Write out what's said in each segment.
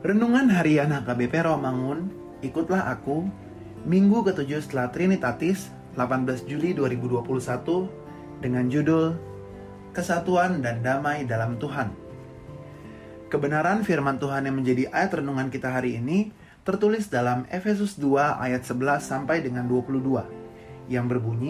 Renungan Harian HKBP Romangun, ikutlah aku, Minggu ke-7 setelah Trinitatis, 18 Juli 2021, dengan judul Kesatuan dan Damai dalam Tuhan. Kebenaran firman Tuhan yang menjadi ayat renungan kita hari ini tertulis dalam Efesus 2 ayat 11 sampai dengan 22, yang berbunyi,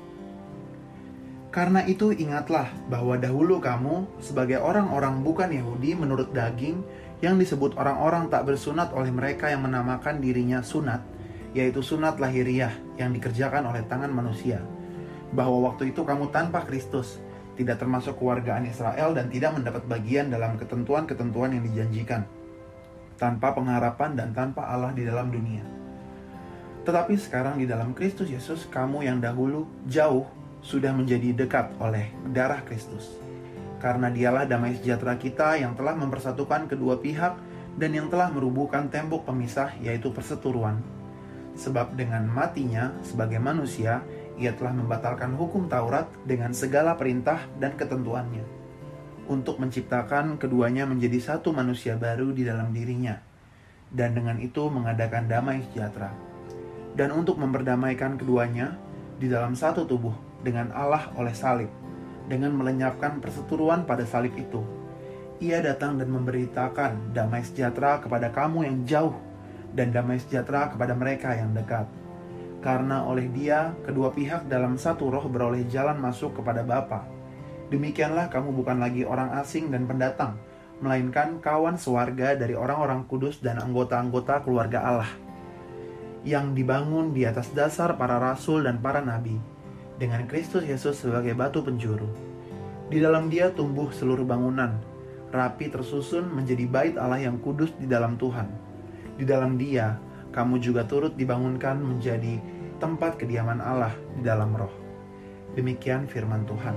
"Karena itu ingatlah bahwa dahulu kamu sebagai orang-orang bukan Yahudi menurut daging, yang disebut orang-orang tak bersunat oleh mereka yang menamakan dirinya sunat, yaitu sunat lahiriah yang dikerjakan oleh tangan manusia, bahwa waktu itu kamu tanpa Kristus, tidak termasuk keluargaan Israel dan tidak mendapat bagian dalam ketentuan-ketentuan yang dijanjikan, tanpa pengharapan dan tanpa Allah di dalam dunia. Tetapi sekarang di dalam Kristus Yesus, kamu yang dahulu jauh sudah menjadi dekat oleh darah Kristus. Karena dialah damai sejahtera kita yang telah mempersatukan kedua pihak dan yang telah merubuhkan tembok pemisah, yaitu perseteruan. Sebab dengan matinya sebagai manusia, ia telah membatalkan hukum Taurat dengan segala perintah dan ketentuannya, untuk menciptakan keduanya menjadi satu manusia baru di dalam dirinya, dan dengan itu mengadakan damai sejahtera. Dan untuk memperdamaikan keduanya di dalam satu tubuh dengan Allah oleh salib, dengan melenyapkan perseteruan pada salib itu. Ia datang dan memberitakan damai sejahtera kepada kamu yang jauh, dan damai sejahtera kepada mereka yang dekat. Karena oleh Dia, kedua pihak dalam satu roh beroleh jalan masuk kepada Bapa. Demikianlah kamu bukan lagi orang asing dan pendatang, melainkan kawan sewarga dari orang-orang kudus dan anggota-anggota keluarga Allah, yang dibangun di atas dasar para rasul dan para nabi, dengan Kristus Yesus sebagai batu penjuru. Di dalam Dia tumbuh seluruh bangunan, rapi tersusun menjadi bait Allah yang kudus di dalam Tuhan. Di dalam Dia, kamu juga turut dibangunkan menjadi tempat kediaman Allah di dalam roh." Demikian firman Tuhan.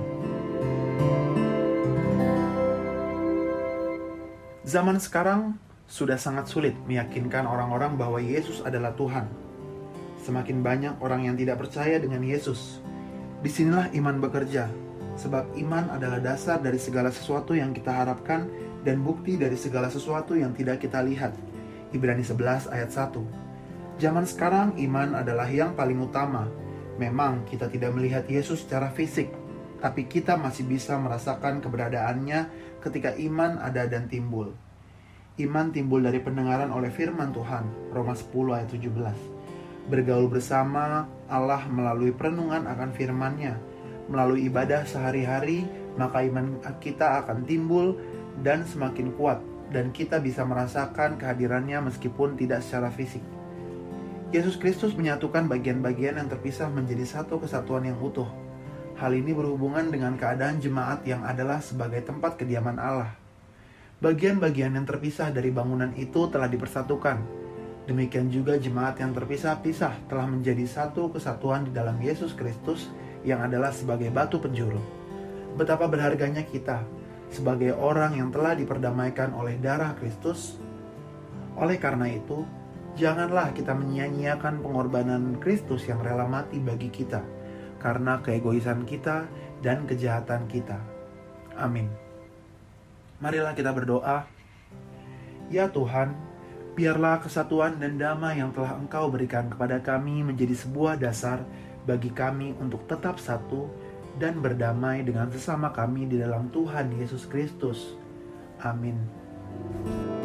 Zaman sekarang sudah sangat sulit meyakinkan orang-orang bahwa Yesus adalah Tuhan. Semakin banyak orang yang tidak percaya dengan Yesus. Disinilah iman bekerja, sebab iman adalah dasar dari segala sesuatu yang kita harapkan dan bukti dari segala sesuatu yang tidak kita lihat. Ibrani 11 ayat 1. Zaman sekarang iman adalah yang paling utama. Memang kita tidak melihat Yesus secara fisik, tapi kita masih bisa merasakan keberadaannya ketika iman ada dan timbul. Iman timbul dari pendengaran oleh firman Tuhan, Roma 10 ayat 17. Bergaul bersama Allah melalui perenungan akan firman-Nya, melalui ibadah sehari-hari, maka iman kita akan timbul dan semakin kuat, dan kita bisa merasakan kehadirannya meskipun tidak secara fisik. Yesus Kristus menyatukan bagian-bagian yang terpisah menjadi satu kesatuan yang utuh. Hal ini berhubungan dengan keadaan jemaat yang adalah sebagai tempat kediaman Allah. Bagian-bagian yang terpisah dari bangunan itu telah dipersatukan. Demikian juga jemaat yang terpisah-pisah telah menjadi satu kesatuan di dalam Yesus Kristus yang adalah sebagai batu penjuru. Betapa berharganya kita sebagai orang yang telah diperdamaikan oleh darah Kristus. Oleh karena itu, janganlah kita menyia-nyiakan pengorbanan Kristus yang rela mati bagi kita karena keegoisan kita dan kejahatan kita. Amin. Marilah kita berdoa. Ya Tuhan, biarlah kesatuan dan damai yang telah Engkau berikan kepada kami menjadi sebuah dasar bagi kami untuk tetap satu dan berdamai dengan sesama kami di dalam Tuhan Yesus Kristus. Amin.